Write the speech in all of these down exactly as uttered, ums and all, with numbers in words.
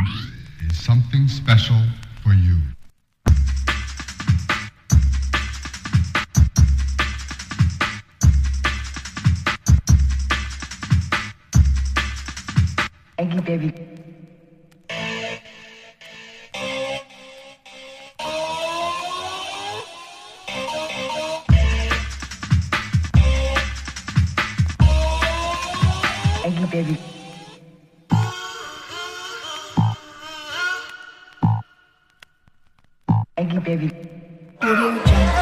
is something special for you. Eggy baby. Eggy baby. Eggy baby. Audio Jungle.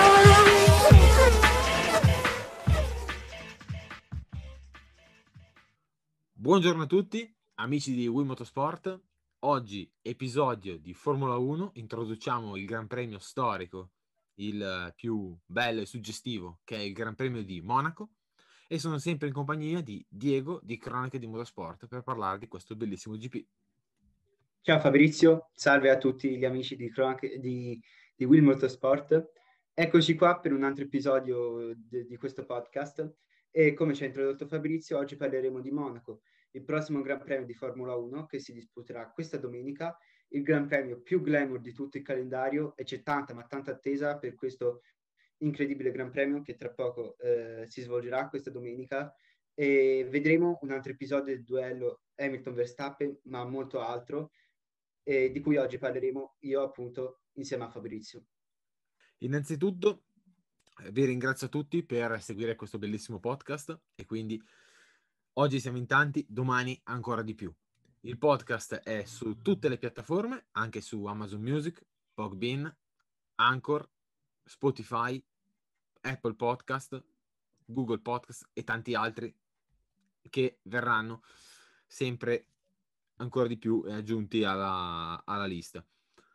Buongiorno a tutti, amici di Wii Motorsport. Oggi episodio di Formula uno, introduciamo il Gran Premio storico, il più bello e suggestivo, che è il Gran Premio di Monaco, e sono sempre in compagnia di Diego di Cronache di Motorsport per parlare di questo bellissimo G P. Ciao Fabrizio, salve a tutti gli amici di, Cronache, di, di Wii Motorsport. Eccoci qua per un altro episodio de, di questo podcast e come ci ha introdotto Fabrizio, oggi parleremo di Monaco, il prossimo Gran Premio di Formula uno che si disputerà questa domenica, il Gran Premio più glamour di tutto il calendario, e c'è tanta ma tanta attesa per questo incredibile Gran Premio che tra poco eh, si svolgerà questa domenica, e vedremo un altro episodio del duello Hamilton-Verstappen, ma molto altro, e di cui oggi parleremo io appunto insieme a Fabrizio. Innanzitutto vi ringrazio a tutti per seguire questo bellissimo podcast, e quindi oggi siamo in tanti, domani ancora di più. Il podcast è su tutte le piattaforme, anche su Amazon Music, Podbean, Anchor, Spotify, Apple Podcast, Google Podcast e tanti altri che verranno sempre ancora di più aggiunti alla, alla lista.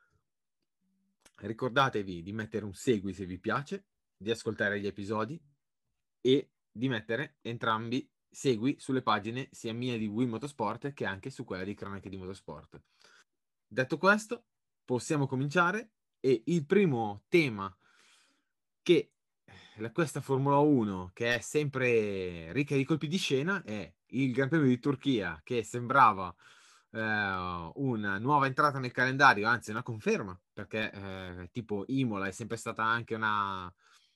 Ricordatevi di mettere un segui se vi piace, di ascoltare gli episodi e di mettere entrambi segui sulle pagine sia mia di Wii Motorsport che anche su quella di Cronache di Motorsport. Detto questo, possiamo cominciare, e il primo tema che questa Formula uno, che è sempre ricca di colpi di scena, è il Gran Premio di Turchia, che sembrava eh, una nuova entrata nel calendario, anzi una conferma, perché eh, tipo Imola è sempre stata anche una,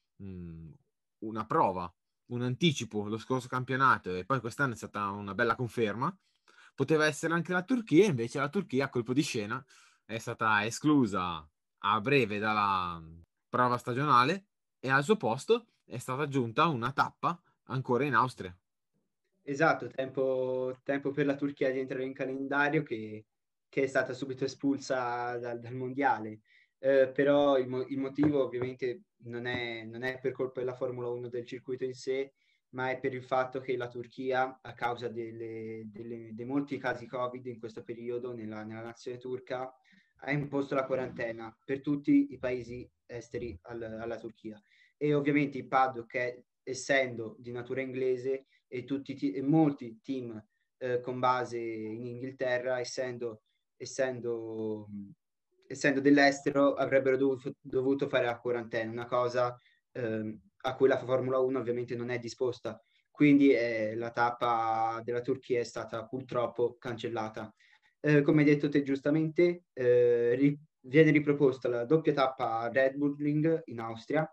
mh, una prova, un anticipo lo scorso campionato, e poi quest'anno è stata una bella conferma. Poteva essere anche la Turchia, invece la Turchia, a colpo di scena, è stata esclusa a breve dalla prova stagionale, e al suo posto è stata aggiunta una tappa ancora in Austria. Esatto, tempo, tempo per la Turchia di entrare in calendario, che, che è stata subito espulsa dal, dal mondiale. Eh, però il, mo- il motivo ovviamente non è, non è per colpa della Formula uno del circuito in sé, ma è per il fatto che la Turchia, a causa delle, delle- dei molti casi Covid in questo periodo nella, nella nazione turca, ha imposto la quarantena per tutti i paesi esteri al- alla Turchia. E ovviamente il paddock, essendo di natura inglese, e, tutti, e molti team eh, con base in Inghilterra, essendo, essendo, essendo dell'estero, avrebbero dovuto, dovuto fare la quarantena, una cosa eh, a cui la Formula uno ovviamente non è disposta. Quindi eh, la tappa della Turchia è stata purtroppo cancellata. Eh, come hai detto te giustamente, eh, ri- viene riproposta la doppia tappa a Red Bull Ring in Austria,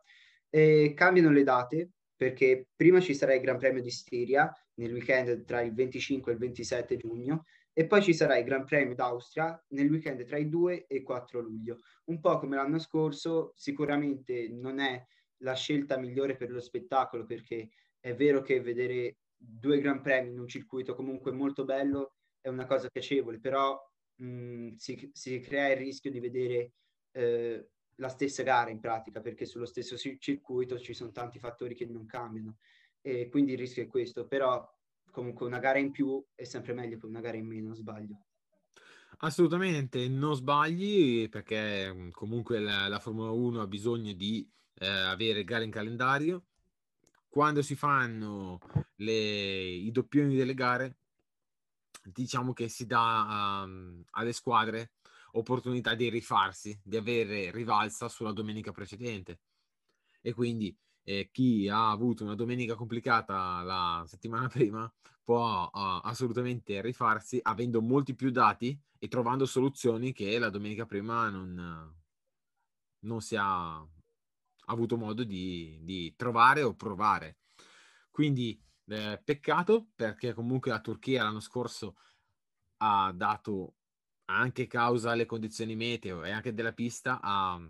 e cambiano le date, perché prima ci sarà il Gran Premio di Stiria nel weekend tra il venticinque e il ventisette giugno, e poi ci sarà il Gran Premio d'Austria nel weekend tra il due e il quattro luglio. Un po' come l'anno scorso, sicuramente non è la scelta migliore per lo spettacolo, perché è vero che vedere due Gran Premi in un circuito comunque molto bello è una cosa piacevole, però mh, si, si crea il rischio di vedere eh, la stessa gara in pratica, perché sullo stesso circuito ci sono tanti fattori che non cambiano, e quindi il rischio è questo. Però comunque una gara in più è sempre meglio che una gara in meno, sbaglio. Assolutamente, non sbagli, perché comunque la, la Formula uno ha bisogno di eh, avere gare in calendario. Quando si fanno le, i doppioni delle gare, diciamo che si dà um, alle squadre opportunità di rifarsi, di avere rivalsa sulla domenica precedente, e quindi eh, chi ha avuto una domenica complicata la settimana prima può uh, assolutamente rifarsi avendo molti più dati e trovando soluzioni che la domenica prima non, non si ha avuto modo di, di trovare o provare. Quindi eh, peccato, perché comunque la Turchia l'anno scorso ha dato, anche causa alle condizioni meteo e anche della pista, ha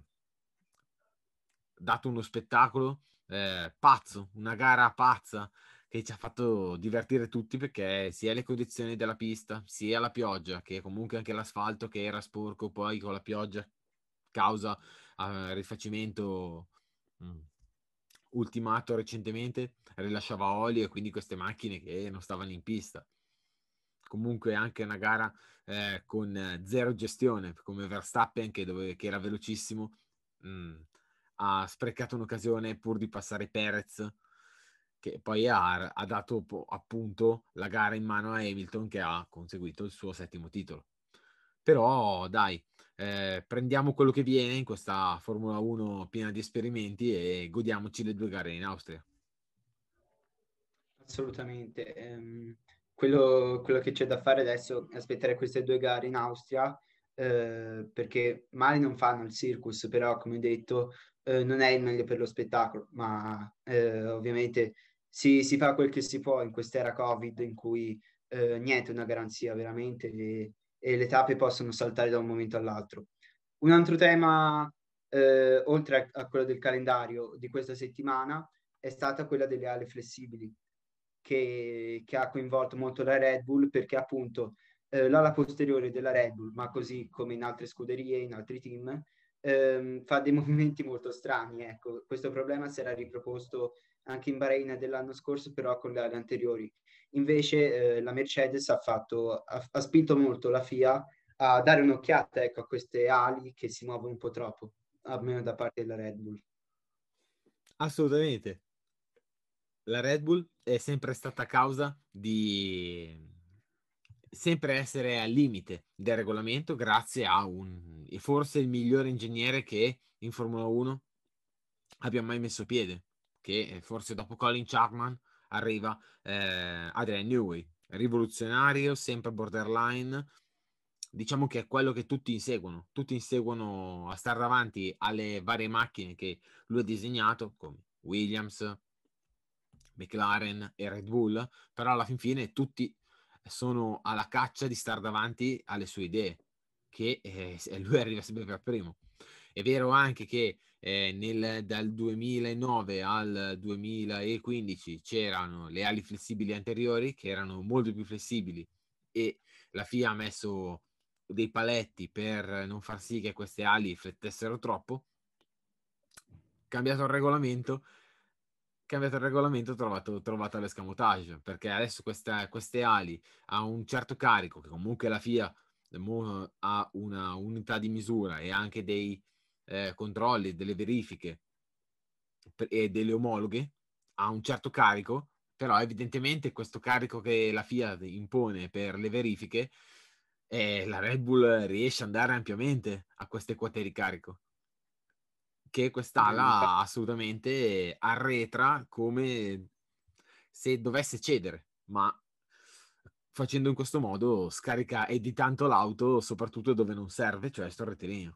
dato uno spettacolo eh, pazzo, una gara pazza che ci ha fatto divertire tutti, perché sia le condizioni della pista, sia la pioggia, che comunque anche l'asfalto che era sporco, poi con la pioggia causa eh, rifacimento mh, ultimato recentemente, rilasciava olio, e quindi queste macchine che non stavano in pista. Comunque anche una gara eh, con zero gestione, come Verstappen, che, dove, che era velocissimo, mh, ha sprecato un'occasione pur di passare Perez, che poi ha, ha dato po- appunto la gara in mano a Hamilton, che ha conseguito il suo settimo titolo. Però dai, eh, prendiamo quello che viene in questa Formula uno piena di esperimenti e godiamoci le due gare in Austria. Assolutamente. Ehm, quello, quello che c'è da fare adesso è aspettare queste due gare in Austria, eh, perché male non fanno il circus, però come detto eh, non è il meglio per lo spettacolo, ma eh, ovviamente si, si fa quel che si può in quest'era Covid in cui eh, niente è una garanzia veramente, e, e le tappe possono saltare da un momento all'altro. Un altro tema, eh, oltre a, a quello del calendario di questa settimana, è stata quella delle ali flessibili, che, che ha coinvolto molto la Red Bull, perché appunto eh, l'ala posteriore della Red Bull, ma così come in altre scuderie, in altri team, ehm, fa dei movimenti molto strani. Ecco, questo problema si era riproposto anche in Bahrain dell'anno scorso, però con le ali anteriori. Invece eh, la Mercedes ha, fatto, ha, ha spinto molto la F I A a dare un'occhiata, ecco, a queste ali che si muovono un po' troppo, almeno da parte della Red Bull. Assolutamente. La Red Bull è sempre stata causa di sempre essere al limite del regolamento, grazie a un, e forse il migliore ingegnere che in Formula uno abbia mai messo piede, che forse dopo Colin Chapman arriva eh, Adrian Newey, rivoluzionario, sempre borderline. Diciamo che è quello che tutti inseguono, tutti inseguono a stare davanti alle varie macchine che lui ha disegnato, come Williams, McLaren e Red Bull, però alla fin fine tutti sono alla caccia di stare davanti alle sue idee, che eh, lui arriva sempre per primo. È vero anche che eh, nel, dal duemilanove al duemilaquindici c'erano le ali flessibili anteriori, che erano molto più flessibili, e la F I A ha messo dei paletti per non far sì che queste ali flettessero troppo. Cambiato il regolamento, cambiato il regolamento, ho trovato, trovato l'escamotage, perché adesso questa, queste ali a un certo carico, che comunque la F I A mo- ha una unità di misura e anche dei eh, controlli, delle verifiche per- e delle omologhe, a un certo carico, però evidentemente questo carico che la F I A impone per le verifiche, eh, la Red Bull riesce ad andare ampiamente a queste quote di carico, che Eh, infatti, quest'ala assolutamente arretra come se dovesse cedere, ma facendo in questo modo scarica e di tanto l'auto, soprattutto dove non serve, cioè sto rettilineo.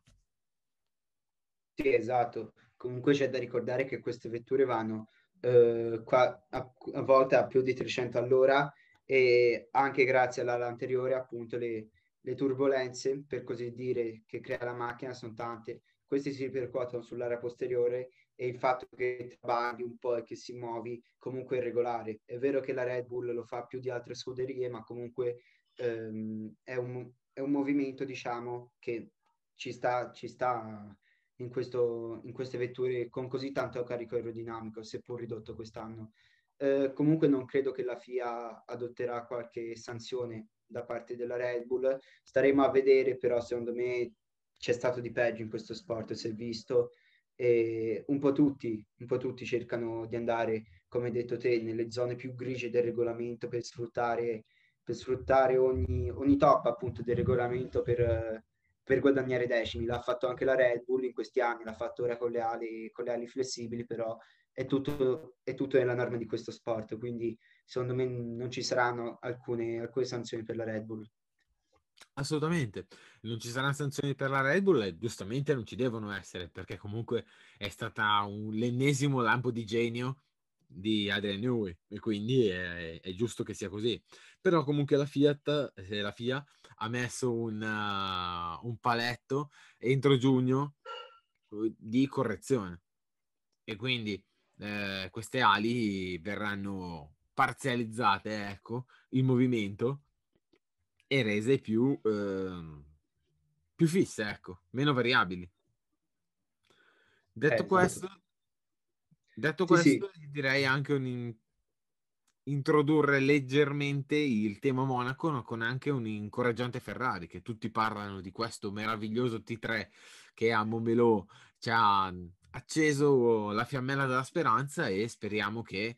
sì, esatto. Comunque c'è da ricordare che queste vetture vanno eh, qua, a, a volte a più di trecento all'ora, e anche grazie all'ala anteriore, appunto, le, le turbolenze, per così dire, che crea la macchina sono tante. Questi si ripercuotono sull'area posteriore, e il fatto che trabagli un po' e che si muovi comunque è regolare. È vero che la Red Bull lo fa più di altre scuderie, ma comunque ehm, è un, è un movimento, diciamo, che ci sta, ci sta in, questo, in queste vetture con così tanto carico aerodinamico, seppur ridotto quest'anno. Eh, comunque non credo che la F I A adotterà qualche sanzione da parte della Red Bull. Staremo a vedere, però secondo me c'è stato di peggio in questo sport, si è visto, e un po' tutti, un po' tutti cercano di andare, come hai detto te, nelle zone più grigie del regolamento per sfruttare, per sfruttare ogni, ogni top appunto del regolamento per, per guadagnare decimi. L'ha fatto anche la Red Bull in questi anni, l'ha fatto ora con le ali, con le ali flessibili, però è tutto, è tutto nella norma di questo sport, quindi secondo me non ci saranno alcune, alcune sanzioni per la Red Bull. Assolutamente, non ci saranno sanzioni per la Red Bull e giustamente non ci devono essere, perché comunque è stata un, l'ennesimo lampo di genio di Adrian Newey e quindi è, è giusto che sia così. Però comunque la Fiat, eh, la F I A ha messo un, uh, un paletto entro giugno uh, di correzione e quindi eh, queste ali verranno parzializzate, ecco, il movimento e rese più, ehm, più fisse, ecco, meno variabili. Eh, Detto esatto. questo, detto Sì, sì, questo, direi anche un in- introdurre leggermente il tema Monaco, no, con anche un incoraggiante Ferrari, che tutti parlano di questo meraviglioso T tre che a Montmelò ci ha acceso la fiammella della speranza e speriamo che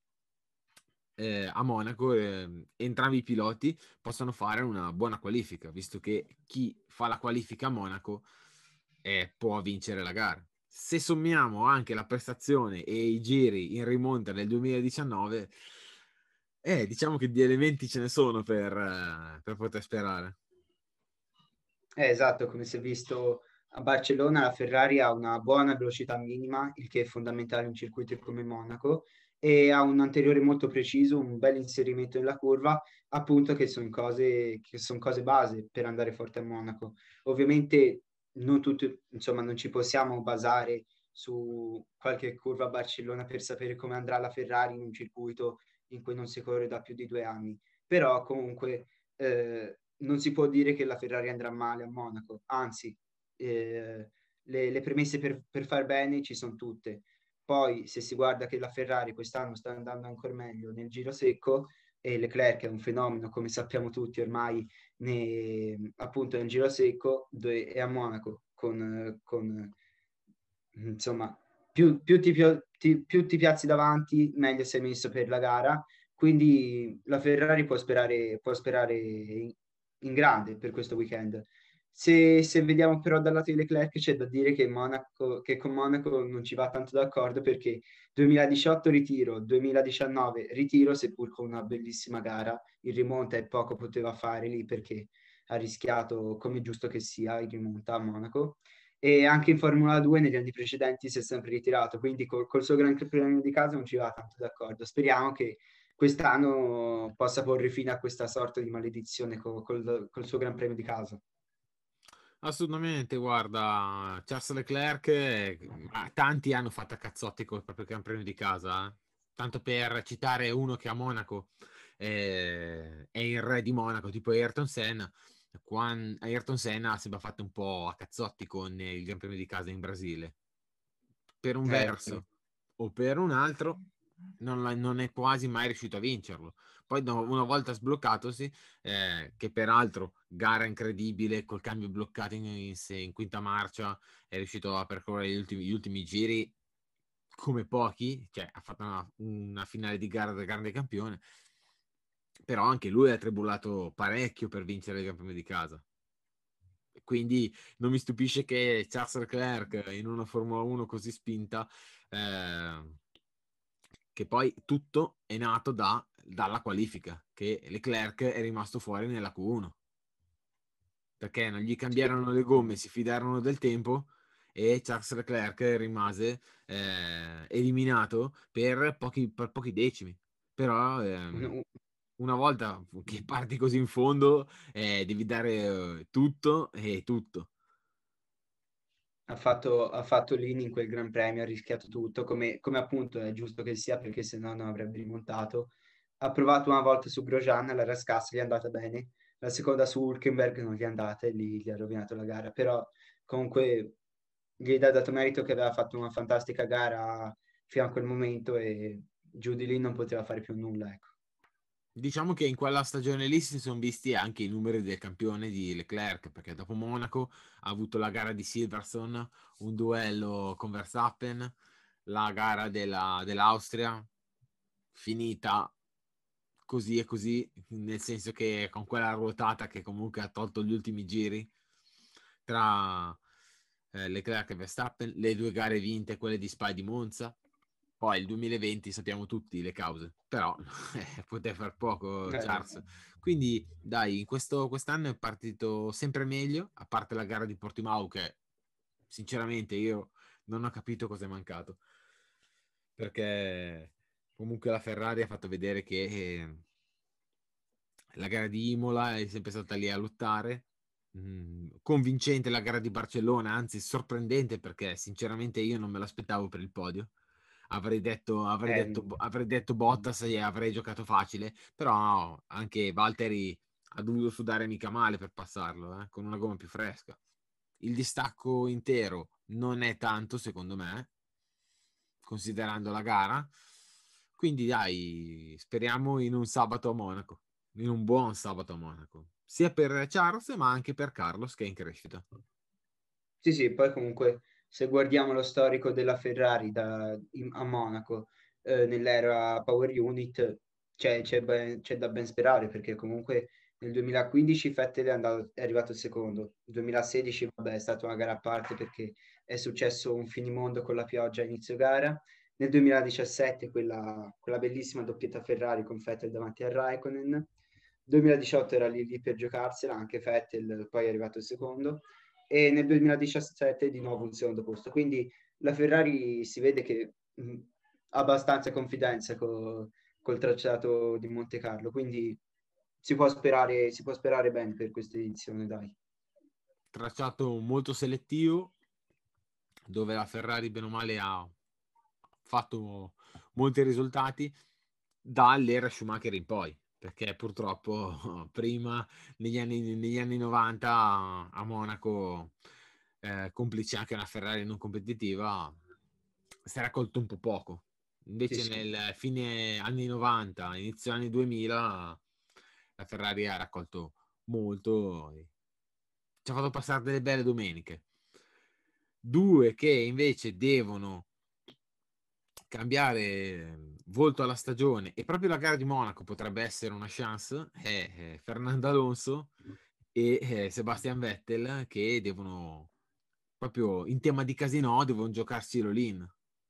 eh, a Monaco eh, entrambi i piloti possano fare una buona qualifica, visto che chi fa la qualifica a Monaco eh, può vincere la gara. Se sommiamo anche la prestazione e i giri in rimonta del duemiladiciannove, eh, diciamo che di elementi ce ne sono per, eh, per poter sperare. eh, esatto, come si è visto a Barcellona, la Ferrari ha una buona velocità minima, il che è fondamentale in un circuito come Monaco, e ha un anteriore molto preciso, un bel inserimento nella curva, appunto che sono cose, che son cose base per andare forte a Monaco. Ovviamente non tutto, insomma, non ci possiamo basare su qualche curva a Barcellona per sapere come andrà la Ferrari in un circuito in cui non si corre da più di due anni, però comunque eh, non si può dire che la Ferrari andrà male a Monaco, anzi, eh, le, le premesse per, per far bene ci sono tutte. Poi, se si guarda che la Ferrari quest'anno sta andando ancora meglio nel giro secco, e Leclerc è un fenomeno, come sappiamo tutti ormai, ne, appunto nel giro secco, dove è a Monaco, con, con insomma, più, più, ti, ti, più ti piazzi davanti, meglio sei messo per la gara. Quindi la Ferrari può sperare, può sperare in, in grande per questo weekend. Se, se vediamo però dal lato di Leclerc, c'è da dire che, Monaco, che con Monaco non ci va tanto d'accordo perché duemiladiciotto ritiro, duemiladiciannove ritiro, seppur con una bellissima gara, in rimonta e poco poteva fare lì perché ha rischiato, come giusto che sia, in rimonta a Monaco. E anche in Formula due negli anni precedenti si è sempre ritirato, quindi col, col suo Gran Premio di casa non ci va tanto d'accordo. Speriamo che quest'anno possa porre fine a questa sorta di maledizione col, col, col suo Gran Premio di casa. Assolutamente, guarda, Charles Leclerc, eh, ma tanti hanno fatto a cazzotti col proprio Gran Premio di casa, eh. Tanto per citare uno che a Monaco eh, è il re di Monaco, tipo Ayrton Senna. Quan- Ayrton Senna sembra fatto un po' a cazzotti con il Gran Premio di casa in Brasile. Per un Eh, verso o per un altro, non, la- non è quasi mai riuscito a vincerlo. Poi do- una volta sbloccatosi, eh, che peraltro gara incredibile col cambio bloccato in, in- in quinta marcia, è riuscito a percorrere gli ultimi, gli ultimi giri come pochi, cioè ha fatto una, una finale di gara del grande campione, però anche lui ha tribulato parecchio per vincere il Gran Premio di casa. Quindi non mi stupisce che Charles Leclerc in una Formula uno così spinta, eh, che poi tutto è nato da, dalla qualifica, che Leclerc è rimasto fuori nella Q uno, perché non gli sì. cambiarono le gomme, si fidarono del tempo e Charles Leclerc rimase eh, eliminato per pochi, per pochi decimi. Però ehm, Un- una volta che parti così in fondo, eh, devi dare eh, tutto e tutto. ha fatto, ha fatto Lini in quel Gran Premio, ha rischiato tutto, come, come appunto è giusto che sia, perché se no non avrebbe rimontato. Ha provato una volta su Grosjean, la rascassa gli è andata bene, la seconda su Hülkenberg non gli è andata e lì gli ha rovinato la gara, però comunque gli è dato merito che aveva fatto una fantastica gara fino a quel momento e giù di lì non poteva fare più nulla, ecco. Diciamo che in quella stagione lì si sono visti anche i numeri del campione di Leclerc, perché dopo Monaco ha avuto la gara di Silverstone, un duello con Verstappen, la gara della- dell'Austria, finita così e così, nel senso che con quella ruotata che comunque ha tolto gli ultimi giri tra eh, Leclerc e Verstappen, le due gare vinte, quelle di Spa e di Monza, Poi il duemilaventi sappiamo tutti le cause, però eh, poteva far poco Eh, Charles. Quindi dai, in questo, quest'anno è partito sempre meglio, a parte la gara di Portimao che sinceramente io non ho capito cosa è mancato, perché comunque la Ferrari ha fatto vedere che eh, la gara di Imola è sempre stata lì a lottare. Mm, convincente la gara di Barcellona, anzi sorprendente perché sinceramente io non me l'aspettavo per il podio. Avrei detto, avrei eh, detto, avrei detto Bottas e avrei giocato facile, però no, anche Valtteri ha dovuto sudare mica male per passarlo, eh, con una gomma più fresca. Il distacco intero non è tanto, secondo me, considerando la gara. Quindi dai, speriamo in un sabato a Monaco, in un buon sabato a Monaco, sia per Charles ma anche per Carlos che è in crescita. Sì, sì, poi comunque se guardiamo lo storico della Ferrari da- in- a Monaco eh, nell'era Power Unit, c'è, c'è ben- c'è da ben sperare perché comunque nel duemilaquindici Vettel è, andato, è arrivato secondo, nel duemilasedici vabbè, è stata una gara a parte perché è successo un finimondo con la pioggia a inizio gara, nel duemiladiciassette quella, quella bellissima doppietta Ferrari con Vettel davanti a Raikkonen, duemiladiciotto era lì lì per giocarsela, anche Vettel poi è arrivato secondo e nel duemiladiciassette di nuovo un secondo posto. Quindi la Ferrari si vede che mh, ha abbastanza confidenza co- col tracciato di Monte Carlo, quindi si può sperare, si può sperare bene per questa edizione, dai. Tracciato molto selettivo, dove la Ferrari bene o male ha fatto molti risultati dall'era Schumacher in poi, perché purtroppo prima negli anni, negli anni novanta a Monaco, eh, complice anche una Ferrari non competitiva, si era colto un po' poco. Sì, Invece sì. nel fine anni novanta, inizio anni duemila, la Ferrari ha raccolto molto e ci ha fatto passare delle belle domeniche. Due che invece devono cambiare eh, volto alla stagione e proprio la gara di Monaco potrebbe essere una chance è, è Fernando Alonso e eh, Sebastian Vettel che devono proprio in tema di casino devono giocarsi l'all-in.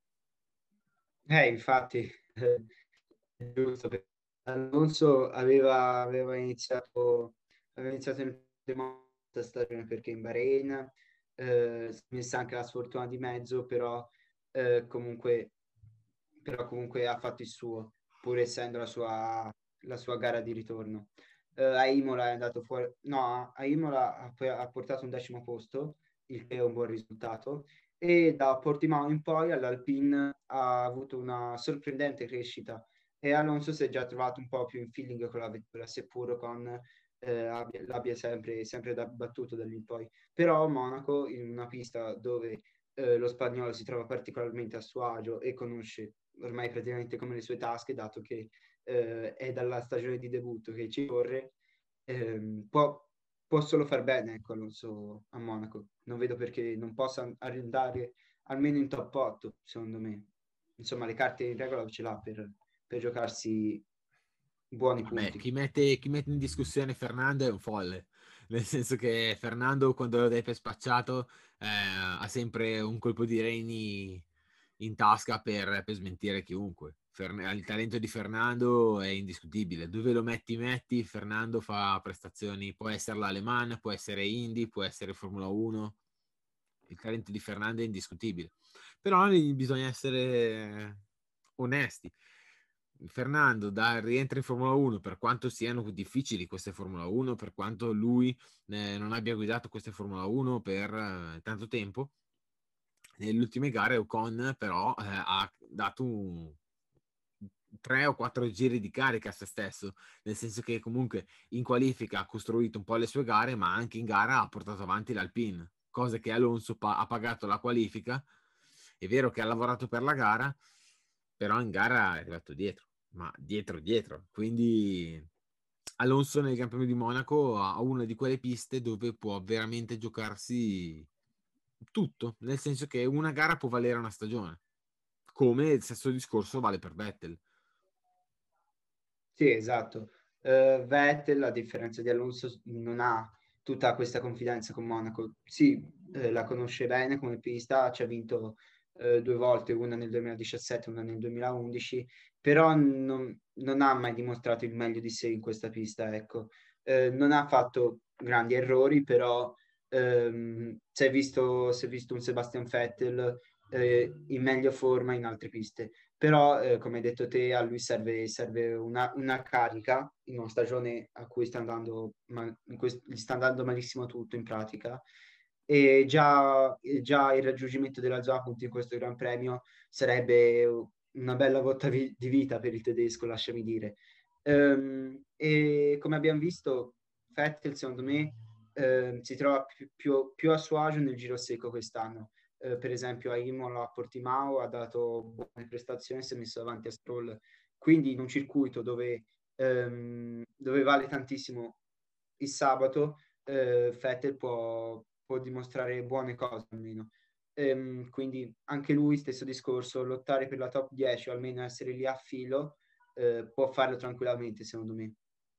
Eh, infatti, eh, è giusto, perché Alonso aveva, aveva iniziato, aveva iniziato in questa stagione perché in Bahrain eh, si è messa anche la sfortuna di mezzo, però eh, comunque, però comunque ha fatto il suo, pur essendo la sua, la sua gara di ritorno. Eh, a Imola è andato fuori, no, a Imola ha, poi- ha portato un decimo posto, il che è un buon risultato e da Portimao in poi all'Alpine ha avuto una sorprendente crescita e Alonso si è già trovato un po' più in feeling con la vettura, seppur con eh, abbia, l'abbia sempre, sempre da, battuto da lì in poi. Però Monaco, in una pista dove eh, lo spagnolo si trova particolarmente a suo agio e conosce ormai praticamente come le sue tasche, dato che eh, è dalla stagione di debutto che ci corre, ehm, può, può solo far bene, ecco, Alonso a Monaco. Non vedo perché non possa andare almeno in top otto, secondo me. Insomma, le carte in regola ce l'ha per, per giocarsi buoni Vabbè, punti. chi mette, chi mette in discussione Fernando è un folle, nel senso che Fernando quando lo dai per spacciato eh, ha sempre un colpo di reni in tasca per, per smentire chiunque. Fer- il talento di Fernando è indiscutibile, dove lo metti metti, Fernando fa prestazioni, può essere l'Aleman, può essere Indy, può essere Formula uno, il talento di Fernando è indiscutibile, però bisogna essere onesti. Fernando da rientra in Formula uno, per quanto siano difficili queste Formula uno, per quanto lui eh, non abbia guidato queste Formula uno per eh, tanto tempo, nelle ultime gare Ocon però eh, ha dato un, tre o quattro giri di carica a se stesso, nel senso che comunque in qualifica ha costruito un po' le sue gare, ma anche in gara ha portato avanti l'Alpine, cosa che Alonso pa- ha pagato la qualifica. È vero che ha lavorato per la gara, però in gara è arrivato dietro, ma dietro dietro. Quindi Alonso nel Gran Premio di Monaco ha una di quelle piste dove può veramente giocarsi tutto, nel senso che una gara può valere una stagione, come il stesso discorso vale per Vettel. Sì, esatto. Eh, Vettel, a differenza di Alonso, non ha tutta questa confidenza con Monaco. Sì, eh, la conosce bene come pista, ci ha vinto eh, due volte, una nel duemiladiciassette, una nel duemilaundici, però non, non ha mai dimostrato il meglio di sé in questa pista, ecco. Eh, non ha fatto grandi errori, però ehm, si è visto, si è visto un Sebastian Vettel eh, in meglio forma in altre piste. Però, eh, come hai detto te, a lui serve, serve una, una carica in una stagione a cui sta andando, ma- in cui gli sta andando malissimo tutto in pratica. E già, e già il raggiungimento della zona punti in questo Gran Premio sarebbe una bella botta vi- di vita per il tedesco, lasciami dire. Ehm, e come abbiamo visto, Vettel, secondo me, ehm, si trova più, più- più a suo agio nel giro secco quest'anno. Eh, per esempio a Imola, a Portimao ha dato buone prestazioni, si è messo davanti a Stroll. Quindi in un circuito dove, ehm, dove vale tantissimo il sabato, eh, Vettel può, può dimostrare buone cose almeno. Ehm, quindi anche lui, stesso discorso, lottare per la top dieci o almeno essere lì a filo, eh, può farlo tranquillamente, secondo me.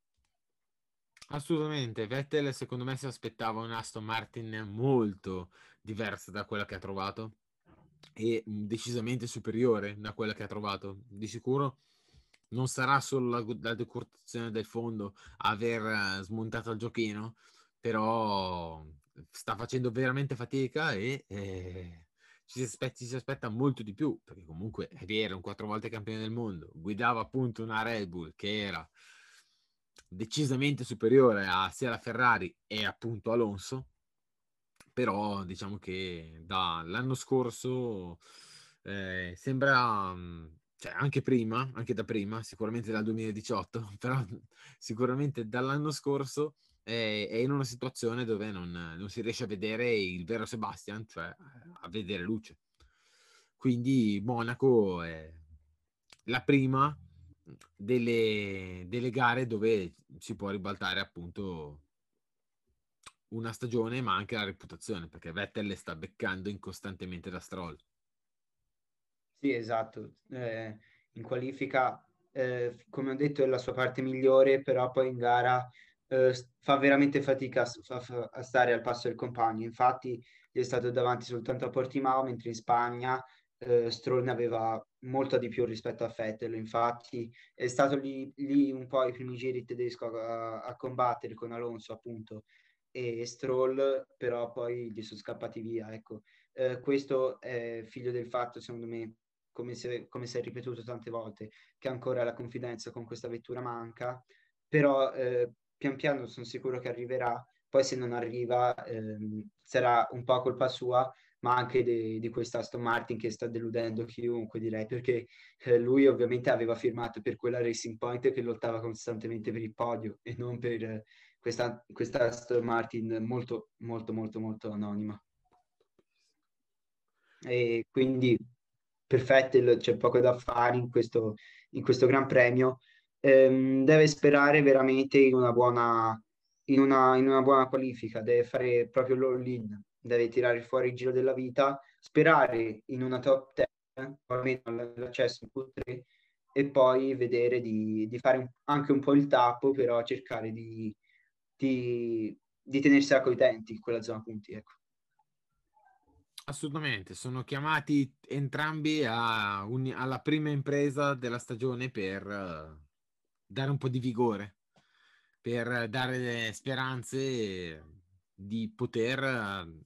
Assolutamente, Vettel secondo me si aspettava un Aston Martin molto diversa da quella che ha trovato e mh, decisamente superiore da quella che ha trovato. Di sicuro non sarà solo la, la decurtazione del fondo a aver eh, smontato il giochino, però sta facendo veramente fatica e eh, ci si aspetta, ci si aspetta molto di più, perché comunque è vero, un quattro volte campione del mondo, guidava appunto una Red Bull che era decisamente superiore a sia la Ferrari e appunto Alonso, però diciamo che dall'anno scorso eh, sembra, mh, cioè anche prima, anche da prima, sicuramente dal duemiladiciotto, però sicuramente dall'anno scorso è, è in una situazione dove non, non si riesce a vedere il vero Sebastian, cioè a vedere luce. Quindi Monaco è la prima delle, delle gare dove si può ribaltare appunto una stagione, ma anche la reputazione, perché Vettel le sta beccando incostantemente da Stroll. Sì, esatto. Eh, in qualifica, eh, come ho detto, è la sua parte migliore, però poi in gara eh, s- fa veramente fatica a, s- fa- fa- a stare al passo del compagno. Infatti, gli è stato davanti soltanto a Portimao, mentre in Spagna eh, Stroll ne aveva molto di più rispetto a Vettel. Infatti, è stato lì, lì un po' i primi giri il tedesco a, a combattere con Alonso, appunto, e Stroll, però poi gli sono scappati via. Ecco. Eh, questo è figlio del fatto, secondo me, come si, come si è ripetuto tante volte, che ancora la confidenza con questa vettura manca, però eh, pian piano sono sicuro che arriverà, poi se non arriva ehm, sarà un po' colpa sua, ma anche de- di questa Aston Martin che sta deludendo chiunque, direi, perché eh, lui ovviamente aveva firmato per quella Racing Point che lottava costantemente per il podio e non per eh, questa, questa Aston Martin molto, molto, molto, molto anonima. E quindi per Vettel c'è poco da fare in questo, in questo Gran Premio. Ehm, deve sperare veramente in una buona, in una, in una buona qualifica, deve fare proprio l'all-in, deve tirare fuori il giro della vita, sperare in una top dieci, o almeno l'accesso in Q tre, e poi vedere di, di fare un- anche un po' il tappo, però cercare di, di, di tenersela coi denti in quella zona punti, ecco. Assolutamente, sono chiamati entrambi a un- alla prima impresa della stagione per eh, dare un po' di vigore, per dare speranze di poter eh,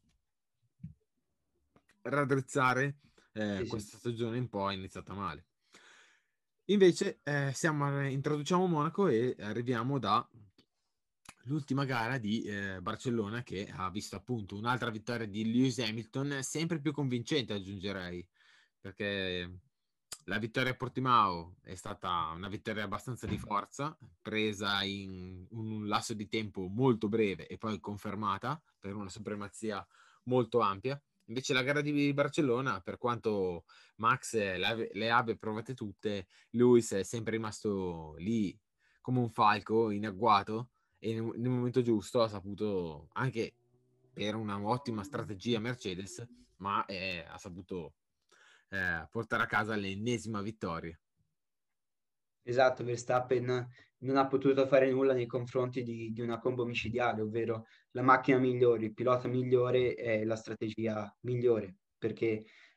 raddrizzare eh, Sì, sì. questa stagione un po' iniziata male. Invece, eh, siamo, introduciamo Monaco e arriviamo da l'ultima gara di eh, Barcellona che ha visto appunto un'altra vittoria di Lewis Hamilton, sempre più convincente aggiungerei, perché la vittoria a Portimao è stata una vittoria abbastanza di forza, presa in un lasso di tempo molto breve e poi confermata per una supremazia molto ampia. Invece la gara di Barcellona, per quanto Max le, le abbia provate tutte, Lewis è sempre rimasto lì come un falco in agguato e nel, nel momento giusto ha saputo, anche per una ottima strategia Mercedes, ma eh, ha saputo eh, portare a casa l'ennesima vittoria. Esatto, Verstappen non ha potuto fare nulla nei confronti di, di una combo micidiale, ovvero la macchina migliore, il pilota migliore e la strategia migliore, perché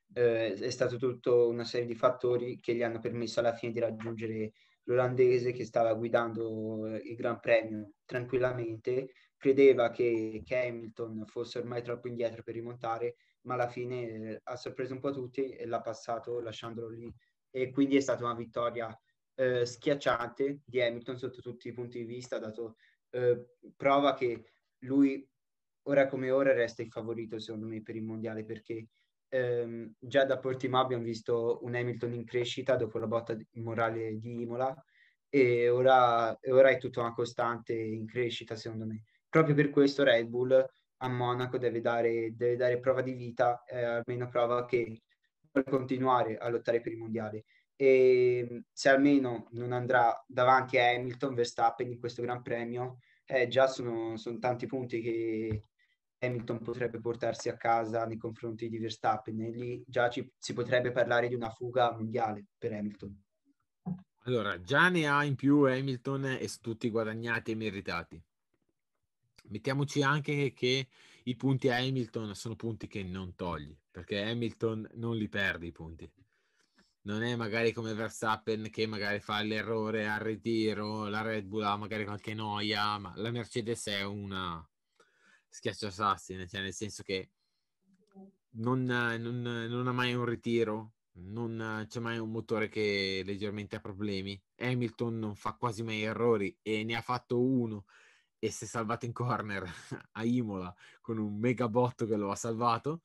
eh, è stato tutto una serie di fattori che gli hanno permesso alla fine di raggiungere l'olandese che stava guidando eh, il Gran Premio tranquillamente. Credeva che, che Hamilton fosse ormai troppo indietro per rimontare, ma alla fine eh, ha sorpreso un po' tutti e l'ha passato lasciandolo lì. E quindi è stata una vittoria eh, schiacciante di Hamilton sotto tutti i punti di vista, ha dato eh, prova che lui ora come ora resta il favorito secondo me per il mondiale, perché ehm, già da Portimao abbiamo visto un Hamilton in crescita dopo la botta morale di Imola e ora, e ora è tutta una costante in crescita secondo me. Proprio per questo Red Bull a Monaco deve dare, deve dare prova di vita, eh, almeno prova che vuole continuare a lottare per il mondiale. E se almeno non andrà davanti a Hamilton, Verstappen in questo Gran Premio, eh, già sono, sono tanti punti che Hamilton potrebbe portarsi a casa nei confronti di Verstappen e lì già ci, si potrebbe parlare di una fuga mondiale per Hamilton. Allora, già ne ha in più Hamilton e s- tutti guadagnati e meritati. Mettiamoci anche che i punti a Hamilton sono punti che non togli, perché Hamilton non li perde i punti. Non è magari come Verstappen che magari fa l'errore al ritiro, la Red Bull ha magari qualche noia, ma la Mercedes è una schiacciasassi, cioè nel senso che non, non, non ha mai un ritiro, non c'è mai un motore che leggermente ha problemi. Hamilton non fa quasi mai errori e ne ha fatto uno e si è salvato in corner a Imola con un mega botto che lo ha salvato.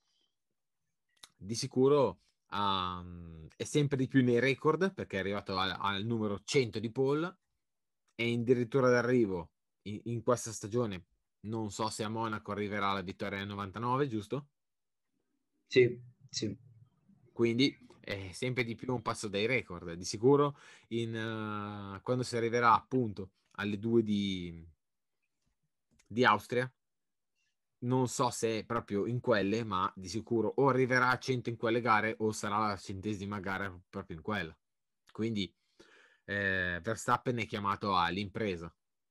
Di sicuro um, è sempre di più nei record perché è arrivato al, al numero cento di pole, è addirittura d'arrivo in, in questa stagione. Non so se a Monaco arriverà la vittoria nel novantanove, giusto? Sì, sì. Quindi è sempre di più un passo dai record. Di sicuro in, uh, quando si arriverà appunto alle due di, di Austria, non so se proprio in quelle, ma di sicuro o arriverà a cento in quelle gare o sarà la centesima gara proprio in quella. Quindi eh, Verstappen è chiamato all'impresa.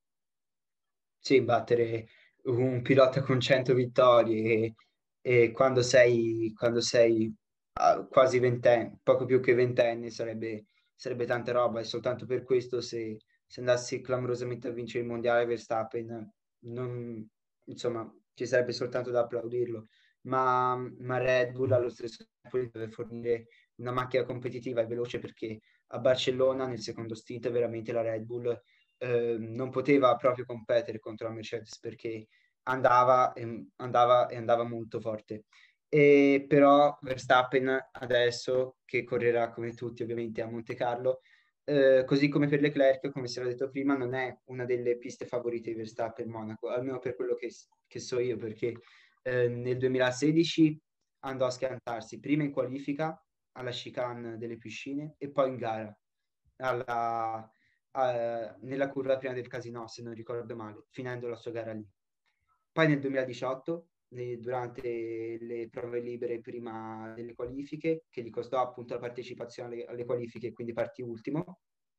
Sì, battere un pilota con cento vittorie e, e quando sei, quando sei ah, quasi ventenne, poco più che ventenne, sarebbe, sarebbe tanta roba e soltanto per questo se, se andassi clamorosamente a vincere il mondiale Verstappen, non, insomma, ci sarebbe soltanto da applaudirlo. Ma, ma Red Bull allo stesso tempo deve fornire una macchina competitiva e veloce perché a Barcellona nel secondo stint veramente la Red Bull eh, non poteva proprio competere contro la Mercedes perché andava e andava, e andava molto forte. E però Verstappen adesso che correrà come tutti ovviamente a Monte Carlo, eh, così come per Leclerc, come si era detto prima, non è una delle piste favorite di Verstappen Monaco, almeno per quello che, che so io, perché eh, nel duemilasedici andò a schiantarsi prima in qualifica alla chicane delle piscine e poi in gara alla, a- nella curva prima del Casino, se non ricordo male, finendo la sua gara lì. Poi nel duemiladiciotto, ne- durante le prove libere prima delle qualifiche, che gli costò appunto la partecipazione alle, alle qualifiche, quindi partì ultimo,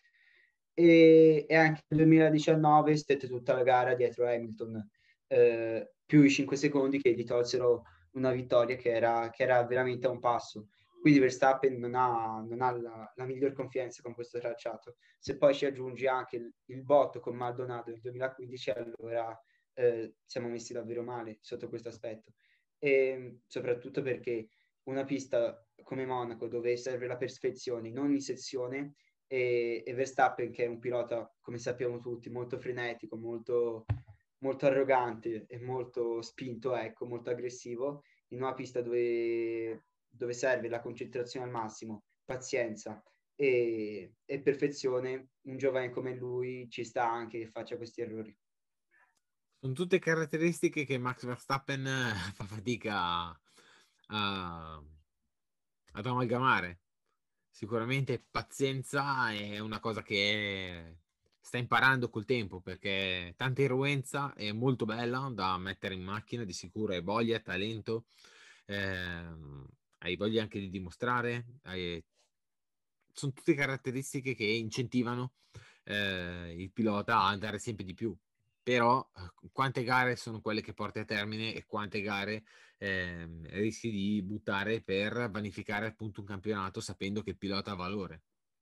e, e anche nel duemiladiciannove stette tutta la gara dietro Hamilton, eh, più i cinque secondi che gli tolsero una vittoria che era, che era veramente a un passo. Quindi Verstappen non ha, non ha la, la miglior confidenza con questo tracciato. Se poi ci aggiungi anche il, il botto con Maldonado nel duemilaquindici, allora eh, siamo messi davvero male sotto questo aspetto. E soprattutto perché una pista come Monaco, dove serve la perfezione in ogni sezione, e, e Verstappen, che è un pilota, come sappiamo tutti, molto frenetico, molto, molto arrogante e molto spinto, ecco, molto aggressivo, in una pista dove, dove serve la concentrazione al massimo, pazienza e, e perfezione, un giovane come lui ci sta anche che faccia questi errori. Sono tutte caratteristiche che Max Verstappen eh, fa fatica a, a- ad amalgamare. Sicuramente pazienza è una cosa che sta imparando col tempo perché tanta eruenza è molto bella da mettere in macchina, di sicuro hai voglia, talento, ehm, hai voglia anche di dimostrare, hai- sono tutte caratteristiche che incentivano eh, il pilota a andare sempre di più. però eh, quante gare sono quelle che porti a termine e quante gare ehm, rischi di buttare per vanificare appunto un campionato sapendo che il pilota ha valore.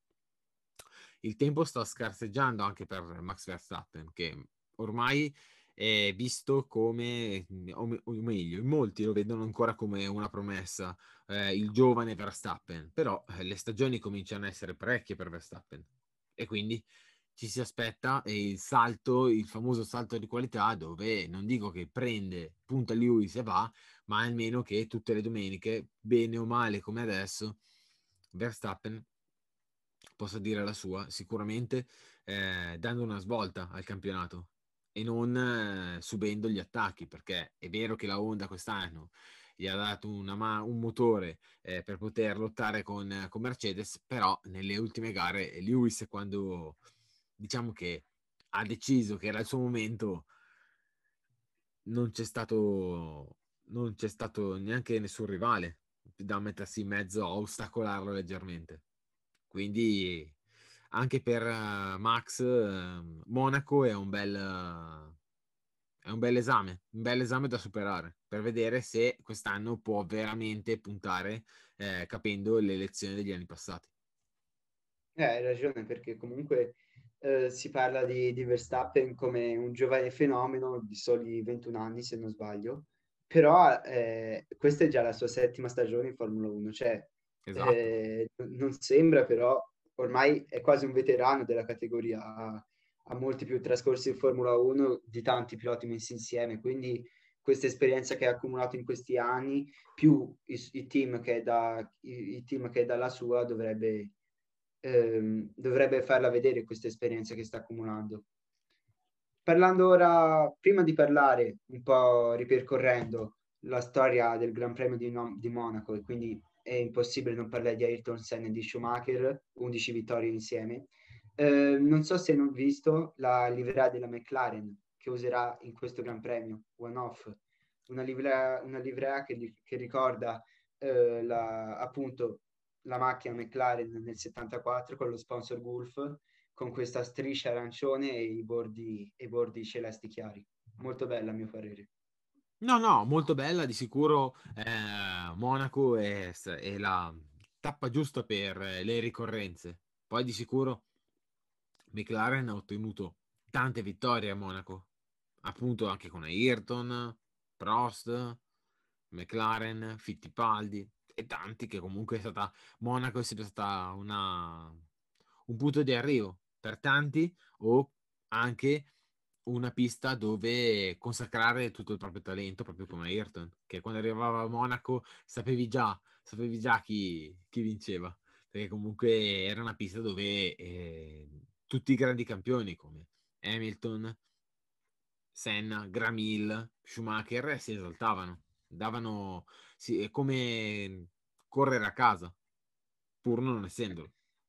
Il tempo sta scarseggiando anche per Max Verstappen, che ormai è visto come, o, me- o meglio, in molti lo vedono ancora come una promessa, eh, il giovane Verstappen, però eh, le stagioni cominciano a essere parecchie per Verstappen e quindi ci si aspetta il salto, il famoso salto di qualità dove non dico che prende, punta Lewis e va, ma almeno che tutte le domeniche, bene o male come adesso, Verstappen possa dire la sua, sicuramente eh, dando una svolta al campionato e non eh, subendo gli attacchi, perché è vero che la Honda quest'anno gli ha dato una ma- un motore eh, per poter lottare con, con Mercedes, però nelle ultime gare Lewis quando diciamo che ha deciso che era il suo momento, non c'è stato non c'è stato neanche nessun rivale da mettersi in mezzo a ostacolarlo leggermente. Quindi anche per eh, Max, eh, Monaco è un bel, eh, è un bel esame, un bel esame da superare per vedere se quest'anno può veramente puntare, eh, capendo le lezioni degli anni passati. Eh, hai ragione, perché comunque eh, si parla di, di Verstappen come un giovane fenomeno di soli ventuno anni, se non sbaglio, però eh, questa è già la sua settima stagione in Formula uno, cioè Esatto. eh, non sembra, però ormai è quasi un veterano della categoria, ha, ha molti più trascorsi in Formula uno di tanti piloti messi insieme, quindi questa esperienza che ha accumulato in questi anni, più i, i team che è da, i, i team che è dalla sua, dovrebbe ehm, dovrebbe farla vedere questa esperienza che sta accumulando. Parlando ora, prima di parlare, un po' ripercorrendo la storia del Gran Premio di, No- di Monaco, e quindi è impossibile non parlare di Ayrton Senna e di Schumacher, undici vittorie insieme. Eh, non so se hanno visto la livrea della McLaren che userà in questo Gran Premio, One Off, una livrea, una livrea che, che ricorda eh, la, appunto la macchina McLaren nel settantaquattro con lo sponsor Gulf, con questa striscia arancione e i bordi, e i bordi celesti chiari. Molto bella a mio parere. No, no, molto bella, di sicuro eh, Monaco è, è la tappa giusta per eh, le ricorrenze. Poi di sicuro McLaren ha ottenuto tante vittorie a Monaco, appunto anche con Ayrton, Prost, McLaren, Fittipaldi e tanti che comunque è stata Monaco è sempre stata una, un punto di arrivo per tanti o anche una pista dove consacrare tutto il proprio talento, proprio come Ayrton, che quando arrivava a Monaco sapevi già, sapevi già chi, chi vinceva, perché comunque era una pista dove eh, tutti i grandi campioni come Hamilton, Senna, Gramil, Schumacher si esaltavano, davano sì, è come correre a casa, pur non essendolo.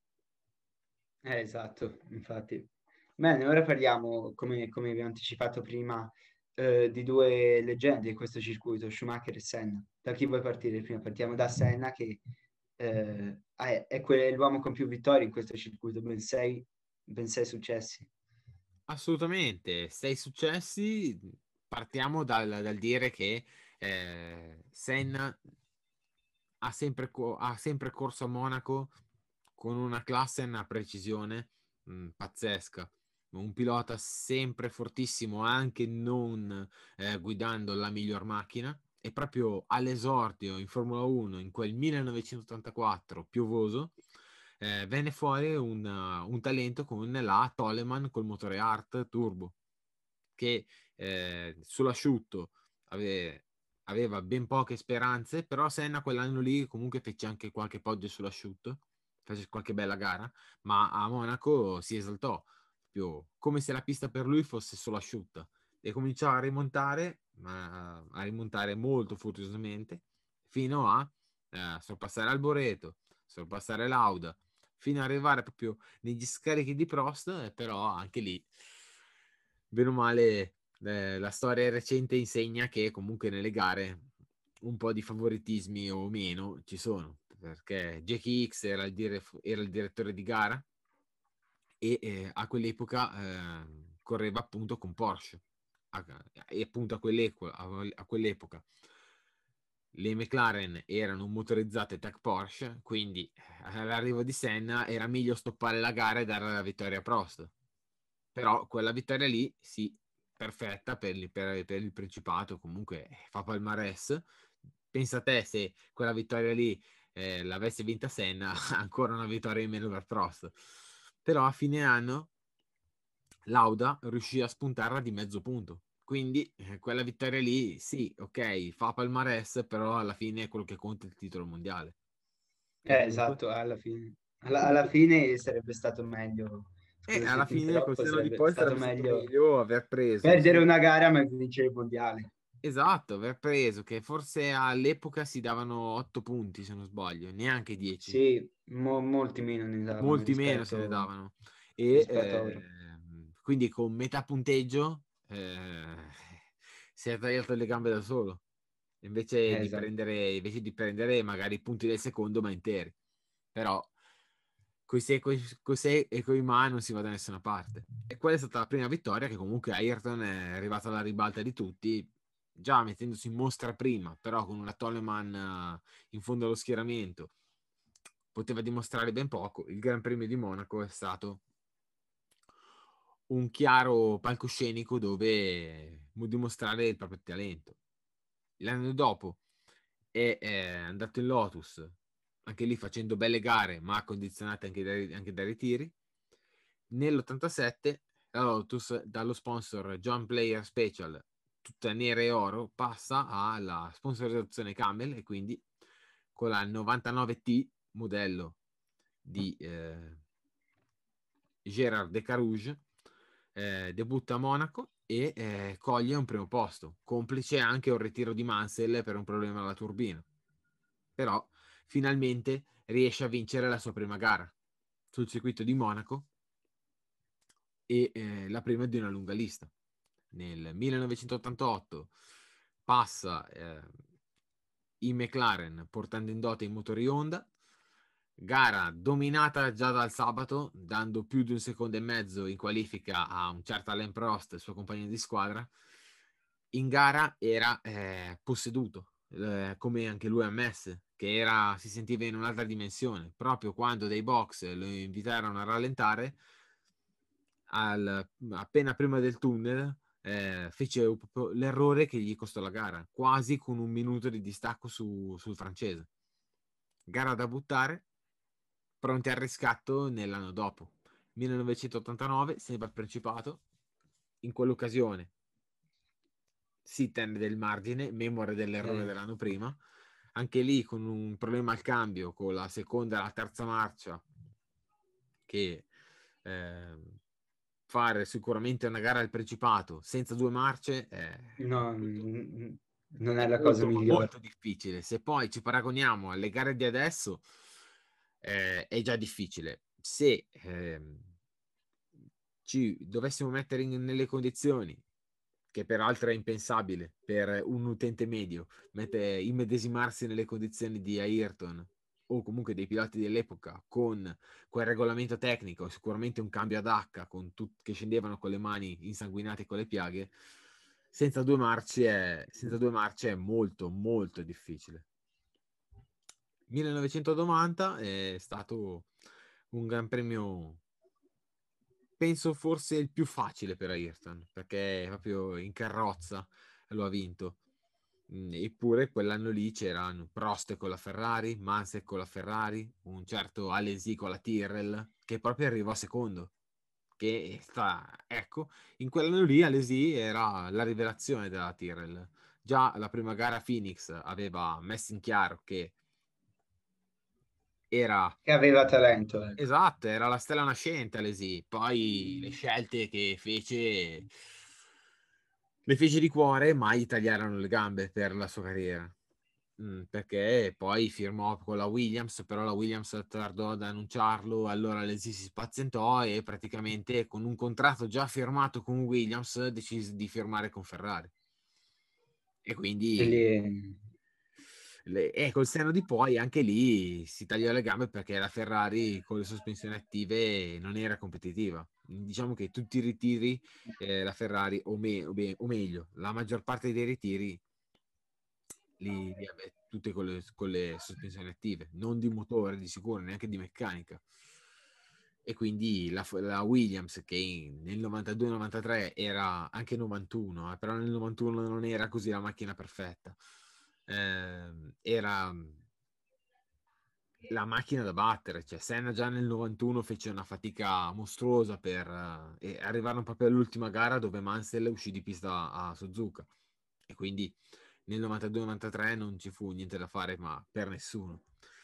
Eh, esatto, infatti. Bene, ora parliamo, come, come abbiamo anticipato prima, eh, di due leggende in questo circuito, Schumacher e Senna. Da chi vuoi partire prima? Partiamo da Senna, che eh, è, è que- l'uomo con più vittorie in questo circuito, ben sei, ben sei successi. Assolutamente, sei successi. Partiamo dal, dal dire che eh, Senna ha sempre, co- ha sempre corso a Monaco con una classe e una precisione mh, pazzesca. Un pilota sempre fortissimo, anche non eh, guidando la miglior macchina. E proprio all'esordio in Formula uno, in quel millenovecentottantaquattro piovoso, eh, venne fuori un, uh, un talento con la Toleman col motore Hart Turbo, che eh, sull'asciutto ave- aveva ben poche speranze, però Senna quell'anno lì comunque fece anche qualche podio sull'asciutto, fece qualche bella gara, ma a Monaco si esaltò, più come se la pista per lui fosse solo asciutta e cominciò a rimontare, ma a rimontare molto furiosamente, fino a eh, sorpassare Alboreto, sorpassare Lauda, fino ad arrivare proprio negli scarichi di Prost, eh, però anche lì, bene o male, eh, la storia recente insegna che comunque nelle gare un po' di favoritismi o meno ci sono, perché Jackie X era il, dire- era il direttore di gara e eh, a quell'epoca eh, correva appunto con Porsche a, e appunto a, quell'epoca, a, a quell'epoca le McLaren erano motorizzate tech Porsche, quindi all'arrivo di Senna era meglio stoppare la gara e dare la vittoria a Prost. Però quella vittoria lì, sì, perfetta per il, per, per il Principato, comunque fa palmarès. Pensa a te se quella vittoria lì eh, l'avesse vinta Senna, ancora una vittoria in meno per Prost. Però a fine anno Lauda riuscì a spuntarla di mezzo punto. Quindi eh, quella vittoria lì, sì, ok, fa palmarès, però alla fine quello che conta è il titolo mondiale. E Eh, comunque, esatto, alla fine. e Alla, alla comunque fine sarebbe stato meglio, e scusa se alla ti fine col interrompo, senno di sarebbe poi stato sarebbe stato meglio meglio aver preso. perdere Sì. una gara ma vincere il mondiale. Esatto, aver preso, che forse all'epoca si davano otto punti, se non sbaglio, neanche dieci. Sì, mo- molti meno ne davano Molti meno se ne rispetto, davano. E rispetto a ora. ehm, quindi con metà punteggio eh, si è tagliato le gambe da solo. Invece Eh, di esatto. prendere, invece di prendere magari i punti del secondo, ma interi. Però coi se, coi, coi se e coi ma non si va da nessuna parte. E quella è stata la prima vittoria che comunque Ayrton è arrivato alla ribalta di tutti, già mettendosi in mostra prima, però con una Toleman eh, in fondo allo schieramento poteva dimostrare ben poco. Il Gran Premio di Monaco è stato un chiaro palcoscenico dove dimostrare il proprio talento. L'anno dopo è, è andato in Lotus, anche lì facendo belle gare, ma condizionate anche dai, anche dai ritiri. Nell'ottantasette la Lotus, dallo sponsor John Player Special, tutta nera e oro, passa alla sponsorizzazione Camel e quindi con la novantanove T modello di eh, Gérard Decarouge eh, debutta a Monaco e eh, coglie un primo posto, complice anche un ritiro di Mansell per un problema alla turbina. Però finalmente riesce a vincere la sua prima gara sul circuito di Monaco e eh, la prima di una lunga lista. Nel millenovecentottantotto passa eh, in McLaren portando in dote i motori Honda, gara dominata già dal sabato, dando più di un secondo e mezzo in qualifica a un certo Alain Prost, il suo compagno di squadra. In gara era eh, posseduto, eh, come anche lui ha ammesso, che era, si sentiva in un'altra dimensione. Proprio quando dei box lo invitarono a rallentare, al, appena prima del tunnel, eh, fece l'errore che gli costò la gara, quasi con un minuto di distacco su, sul francese. Gara da buttare, pronti al riscatto nell'anno dopo. millenovecentottantanove, sempre al Principato, in quell'occasione si tenne del margine, memoria dell'errore Eh, dell'anno prima, anche lì con un problema al cambio, con la seconda e la terza marcia, che eh, fare sicuramente una gara al Principato senza due marce è no, molto, n- non è è la cosa molto, ma migliore. molto difficile. Se poi ci paragoniamo alle gare di adesso, eh, è già difficile. Se ehm, ci dovessimo mettere in- nelle condizioni, che peraltro è impensabile per un utente medio, mette, immedesimarsi nelle condizioni di Ayrton o comunque dei piloti dell'epoca con quel regolamento tecnico, sicuramente un cambio ad H con tut- che scendevano con le mani insanguinate con le piaghe, senza due marce è, senza due marce è molto molto difficile. millenovecentonovanta è stato un gran premio, penso forse il più facile per Ayrton, perché proprio in carrozza lo ha vinto. Mm, Eppure quell'anno lì c'erano Prost con la Ferrari, Mansell con la Ferrari, un certo Alesi con la Tyrrell, che proprio arrivò secondo. Che sta, ecco, in quell'anno lì Alesi era la rivelazione della Tyrrell. Già la prima gara Phoenix aveva messo in chiaro che era Che aveva talento, ecco. esatto, era la stella nascente Alesi. Poi le scelte che fece le fece di cuore, ma gli tagliarono le gambe per la sua carriera. Mm, perché poi firmò con la Williams, però la Williams tardò ad annunciarlo, allora Alesi si spazientò e praticamente con un contratto già firmato con Williams decise di firmare con Ferrari. E E quindi lì, Le- e col senno di poi anche lì si tagliò le gambe perché la Ferrari con le sospensioni attive non era competitiva. Diciamo che tutti i ritiri eh, la Ferrari, o, me- o be- o meglio, la maggior parte dei ritiri li, li ebbe tutte con le, con le sospensioni attive, non di motore di sicuro, neanche di meccanica. E quindi la, la Williams, che in- nel novantadue novantatré era anche novantuno, eh, però nel novantuno non era così la macchina perfetta. Eh, era la macchina da battere, cioè Senna già nel novantuno fece una fatica mostruosa per eh, e arrivarono proprio all'ultima gara dove Mansell uscì di pista a Suzuka, e quindi nel novantadue novantatré non ci fu niente da fare, ma per nessuno.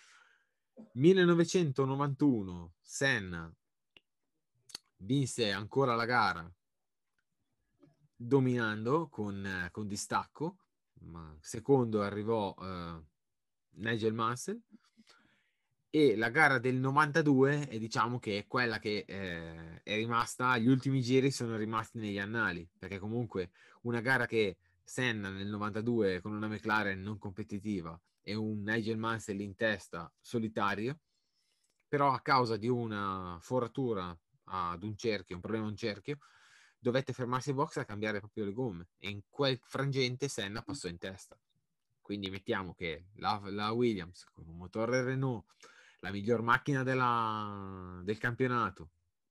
millenovecentonovantuno Senna vinse ancora la gara dominando con, eh, con distacco, ma secondo arrivò eh, Nigel Mansell. E la gara del novantadue è, diciamo che è quella che eh, è rimasta, gli ultimi giri sono rimasti negli annali, perché comunque una gara che Senna nel novantadue con una McLaren non competitiva e un Nigel Mansell in testa solitario, però a causa di una foratura ad un cerchio, un problema a un cerchio, dovette fermarsi in box a cambiare proprio le gomme, e in quel frangente Senna passò in testa. Quindi mettiamo che la, la Williams con un motore Renault, la miglior macchina della, del campionato,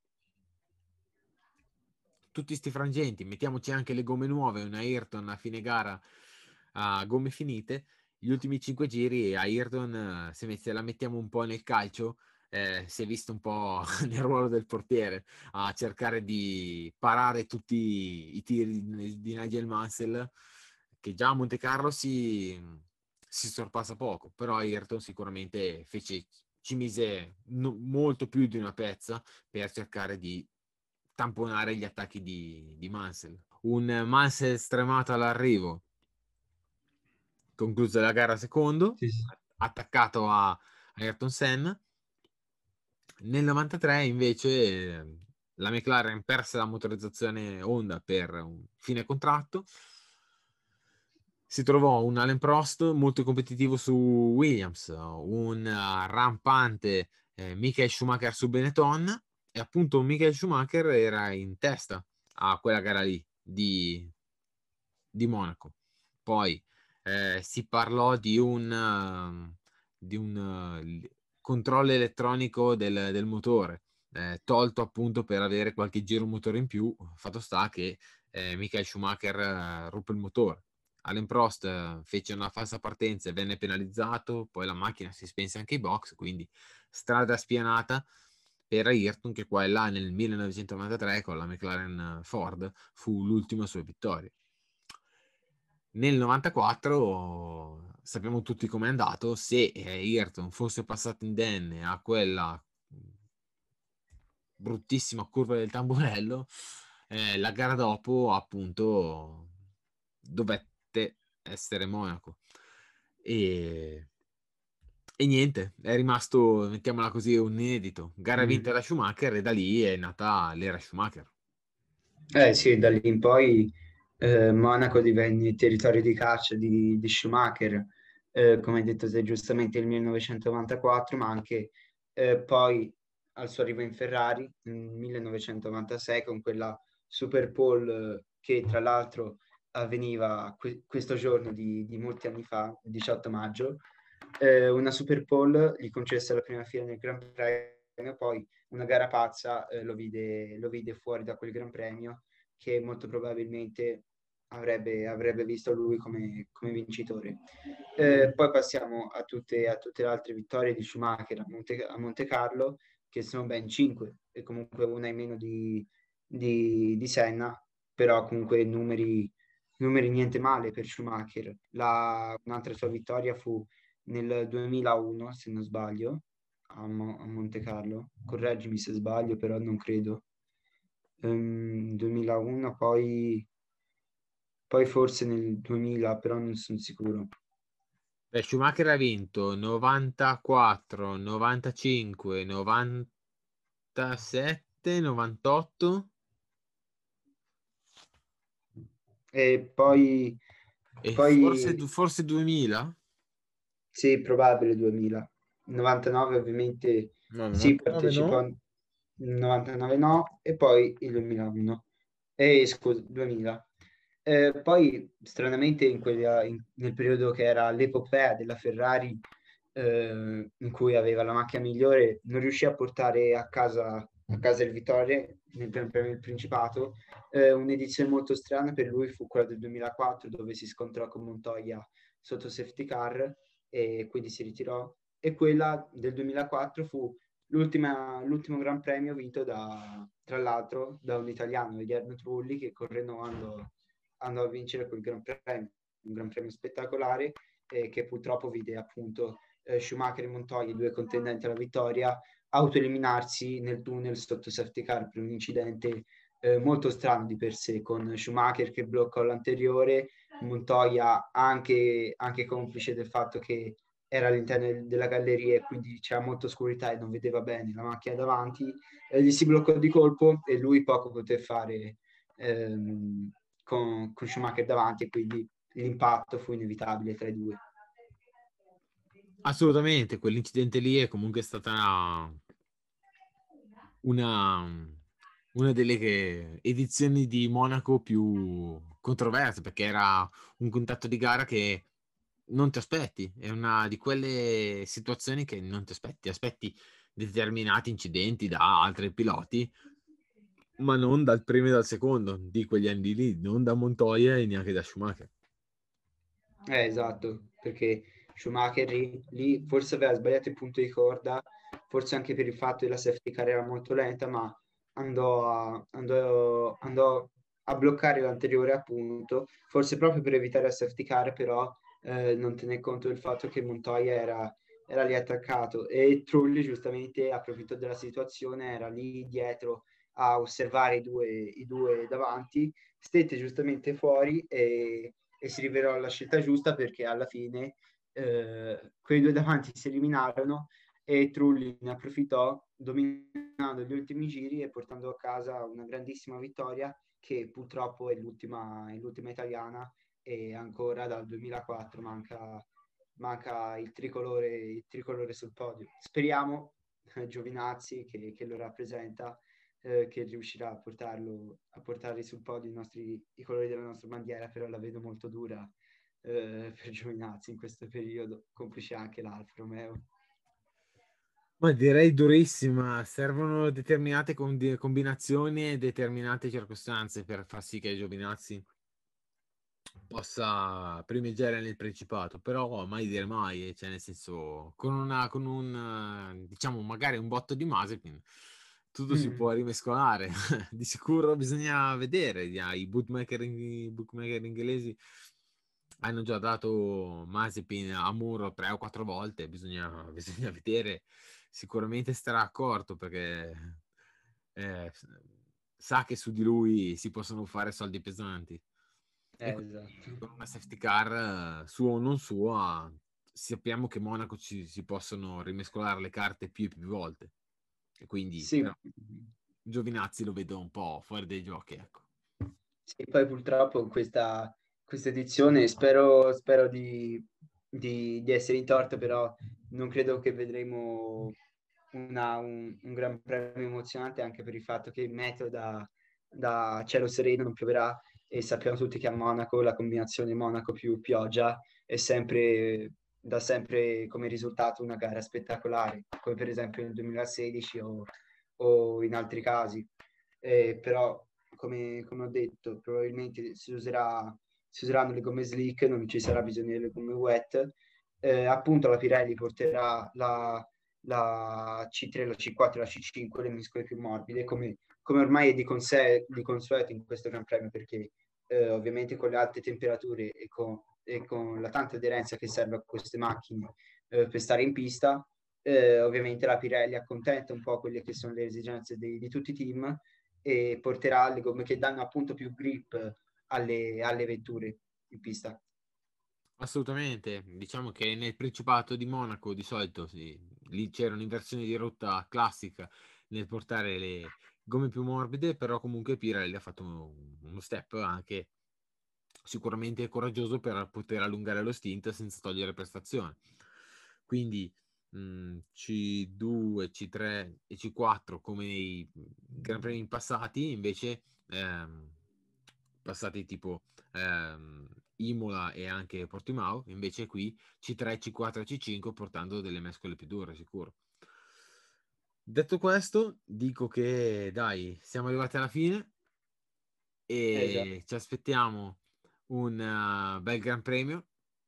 tutti sti frangenti, mettiamoci anche le gomme nuove, una Ayrton a fine gara a gomme finite, gli ultimi cinque giri a Ayrton, se se la mettiamo un po' nel calcio, eh, si è visto un po' nel ruolo del portiere a cercare di parare tutti i tiri di, di Nigel Mansell, che già a Monte Carlo si, si sorpassa poco, però Ayrton sicuramente fece, ci mise no, molto più di una pezza per cercare di tamponare gli attacchi di, di Mansell. Un Mansell stremato all'arrivo, concluse la gara secondo, Sì, sì. attaccato a Ayrton Senna. Nel novantatré invece la McLaren perse la motorizzazione Honda per un fine contratto, si trovò un Alain Prost molto competitivo su Williams, un rampante eh, Michael Schumacher su Benetton, e appunto Michael Schumacher era in testa a quella gara lì di, di Monaco. Poi eh, si parlò di un, uh, di un uh, controllo elettronico del, del motore, eh, tolto appunto per avere qualche giro motore in più. Fatto sta che eh, Michael Schumacher uh, ruppe il motore. Alain Prost uh, fece una falsa partenza e venne penalizzato, poi la macchina si spense anche ai box, quindi strada spianata per Ayrton, che qua e là nel millenovecentonovantatré con la McLaren Ford fu l'ultima sua vittoria. Nel novantaquattro sappiamo tutti com'è andato. Se Ayrton fosse passato indenne a quella bruttissima curva del tamburello, eh, la gara dopo appunto dovette essere Monaco, e, e niente, è rimasto, mettiamola così, un inedito. Gara vinta Mm. da Schumacher, e da lì è nata l'era Schumacher. Eh sì, da lì in poi eh, Monaco divenne territorio di caccia di, di Schumacher, eh, come hai detto te giustamente nel millenovecentonovantaquattro, ma anche eh, poi al suo arrivo in Ferrari nel millenovecentonovantasei con quella Super Pole eh, che tra l'altro avveniva que- questo giorno di, di molti anni fa, il diciotto maggio, eh, una Super Pole gli concesse la prima fila nel Gran Premio, poi una gara pazza eh, lo vide, lo vide fuori da quel Gran Premio, che molto probabilmente avrebbe, avrebbe visto lui come, come vincitore. Eh, poi passiamo a tutte, a tutte le altre vittorie di Schumacher a Monte, a Monte Carlo, che sono ben cinque, e comunque una in meno di, di, di Senna, però comunque numeri, numeri niente male per Schumacher. La, un'altra sua vittoria fu nel duemilauno, se non sbaglio, a, Mo- a Monte Carlo. Correggimi se sbaglio, però non credo. Ehm, duemilauno, poi, poi forse nel duemila, però non sono sicuro. Beh, Schumacher ha vinto novantaquattro, novantacinque, novantasette, novantotto E poi, e forse, poi forse duemila? Sì, probabile duemila. novantanove ovviamente No, sì, novantanove partecipò, no. novantanove no, e poi il duemilauno. Eh, scusa, duemila. Eh, poi, stranamente, in quella- in- nel periodo che era l'epopea della Ferrari, eh, in cui aveva la macchina migliore, non riuscì a portare a casa, a casa il Vittorie nel Gran Premio del Principato. Eh, un'edizione molto strana per lui fu quella del duemilaquattro, dove si scontrò con Montoya sotto safety car e quindi si ritirò. E quella del duemilaquattro fu l'ultima- l'ultimo Gran Premio vinto da, tra l'altro, da un italiano, Guillermo Trulli, che con Renault andò, andò a vincere quel Gran Premio, un Gran Premio spettacolare, eh, che purtroppo vide appunto eh, Schumacher e Montoya, i due contendenti alla vittoria, autoeliminarsi nel tunnel sotto safety car per un incidente eh, molto strano di per sé, con Schumacher che bloccò l'anteriore, Montoya anche, anche complice del fatto che era all'interno della galleria e quindi c'era molta oscurità e non vedeva bene la macchina davanti, eh, gli si bloccò di colpo e lui poco poté fare ehm, con, con Schumacher davanti, e quindi l'impatto fu inevitabile tra i due. Assolutamente, quell'incidente lì è comunque stata una, una delle che- edizioni di Monaco più controverse, perché era un contatto di gara che non ti aspetti, è una di quelle situazioni che non ti aspetti, aspetti determinati incidenti da altri piloti, ma non dal primo e dal secondo di quegli anni lì, non da Montoya e neanche da Schumacher. Eh, esatto, perché Schumacher lì, lì forse aveva sbagliato il punto di corda, forse anche per il fatto che la safety car era molto lenta, ma andò a, andò, andò a bloccare l'anteriore appunto, forse proprio per evitare la safety car, però eh, non tenne conto del fatto che Montoya era, era lì attaccato e Trulli giustamente approfittò della situazione, era lì dietro a osservare i due, i due davanti, stette giustamente fuori e e si rivelò la scelta giusta perché alla fine eh, quei due davanti si eliminarono e Trulli ne approfittò dominando gli ultimi giri e portando a casa una grandissima vittoria che purtroppo è l'ultima, è l'ultima italiana e ancora dal duemilaquattro manca, manca il tricolore, il tricolore sul podio. Speriamo eh, Giovinazzi che, che lo rappresenta eh, che riuscirà a portarlo a portare sul podio i, nostri, i colori della nostra bandiera, però la vedo molto dura eh, per Giovinazzi in questo periodo, complice anche l'Alfa Romeo. Ma direi durissima, servono determinate condi- combinazioni e determinate circostanze per far sì che Giovinazzi possa primeggiare nel Principato, però mai dire mai, cioè nel senso, con una, con un, eh, diciamo, magari un botto di Mazepin, tutto si Mm. può rimescolare. Di sicuro bisogna vedere, i bookmaker, i bookmaker inglesi hanno già dato Mazepin a muro tre o quattro volte, bisogna, bisogna vedere, sicuramente starà accorto perché eh, sa che su di lui si possono fare soldi pesanti. E Eh, quindi esatto. con una safety car, eh, sua o non sua, sappiamo che Monaco ci, si possono rimescolare le carte più e più volte. E quindi, Sì, però, Giovinazzi lo vedo un po' fuori dai giochi, ecco. sì, poi purtroppo questa, questa edizione spero, spero di, di, di essere in torto, però non credo che vedremo una- un, un gran premio emozionante anche per il fatto che il meteo da, da cielo sereno non pioverà e sappiamo tutti che a Monaco la combinazione Monaco più pioggia è sempre, dà sempre come risultato una gara spettacolare, come per esempio nel duemilasedici o, o in altri casi. Eh, però come, come ho detto, probabilmente si userà, si useranno le gomme slick, non ci sarà bisogno delle gomme wet. Eh, appunto la Pirelli porterà la, la C tre, la C quattro e la C cinque, le miscole più morbide, come, come ormai è di, conse- di consueto in questo Gran Premio, perché eh, ovviamente con le alte temperature e con, e con la tanta aderenza che serve a queste macchine eh, per stare in pista, eh, ovviamente la Pirelli accontenta un po' quelle che sono le esigenze dei, di tutti i team e porterà le gomme che danno appunto più grip alle, alle vetture in pista. Assolutamente, diciamo che nel Principato di Monaco di solito sì, lì c'era un'inversione di rotta classica nel portare le gomme più morbide, però comunque Pirelli ha fatto uno, uno step anche sicuramente coraggioso per poter allungare lo stint senza togliere prestazione. quindi mh, C due, C tre e C quattro come nei Gran Premi passati, invece ehm, passati tipo ehm, Imola e anche Portimao, invece qui C tre, C quattro e C cinque portando delle mescole più dure, sicuro. Detto questo, dico che dai, siamo arrivati alla fine Esatto. e ci aspettiamo un uh, bel Gran Premio.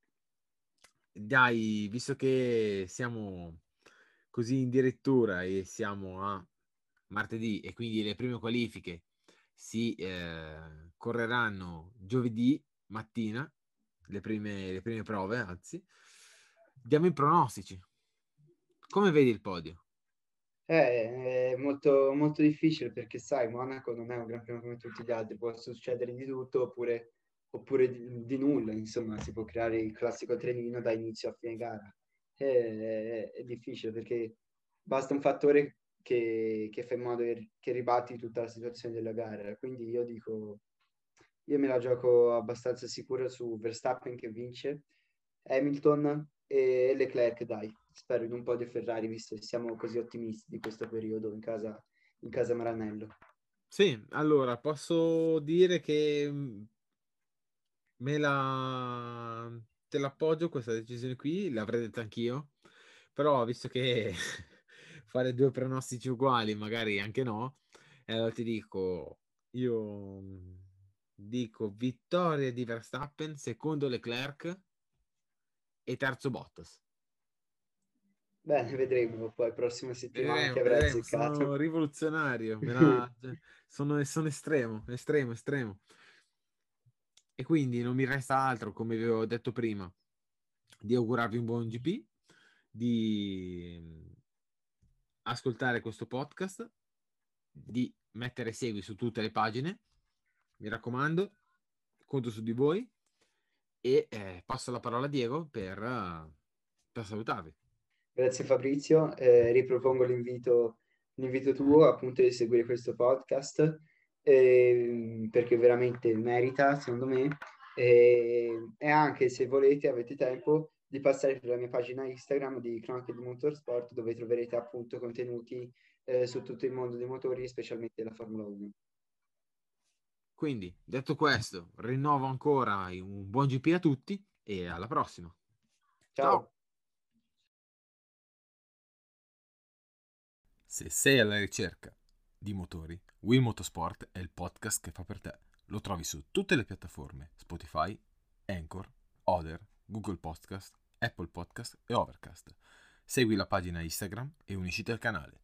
Dai, visto che siamo così in dirittura e siamo a martedì e quindi le prime qualifiche si eh, correranno giovedì mattina, le prime, le prime prove, anzi, diamo i pronostici. Come vedi il podio? Eh, è molto, molto difficile perché, sai, Monaco non è un gran premio come tutti gli altri, può succedere di tutto oppure, oppure di, di nulla, insomma, si può creare il classico trenino da inizio a fine gara. Eh, È, è difficile perché basta un fattore che, che fa in modo che, che ribatti tutta la situazione della gara. Quindi io dico, io me la gioco abbastanza sicura su Verstappen che vince, Hamilton e Leclerc, dai. Spero in un po' di Ferrari, visto che siamo così ottimisti di questo periodo in casa, in casa Maranello. Sì, allora posso dire che mh, me la te l'appoggio questa decisione qui, l'avrei detta anch'io, però visto che fare due pronostici uguali, magari anche no, e allora ti dico, io mh, dico vittoria di Verstappen, secondo Leclerc e terzo Bottas. Bene, vedremo poi prossima settimana che Vedremo, avrà vedremo, sono azzeccato. rivoluzionario, me la- sono, sono estremo, estremo, estremo. E quindi non mi resta altro, come vi avevo detto prima, di augurarvi un buon G P, di mm, ascoltare questo podcast, di mettere segui su tutte le pagine. Mi raccomando, conto su di voi e eh, passo la parola a Diego per, eh, per salutarvi. Grazie Fabrizio, eh, ripropongo l'invito, l'invito tuo appunto di seguire questo podcast ehm, perché veramente merita, secondo me, e, e anche se volete, avete tempo, di passare sulla mia pagina Instagram di Cronache di Motorsport dove troverete appunto contenuti eh, su tutto il mondo dei motori, specialmente la Formula uno. Quindi, detto questo, rinnovo ancora un buon G P a tutti e alla prossima. Ciao! Ciao! Se sei alla ricerca di motori, Will Motorsport è il podcast che fa per te. Lo trovi su tutte le piattaforme Spotify, Anchor, Other, Google Podcast, Apple Podcast e Overcast. Segui la pagina Instagram e unisciti al canale.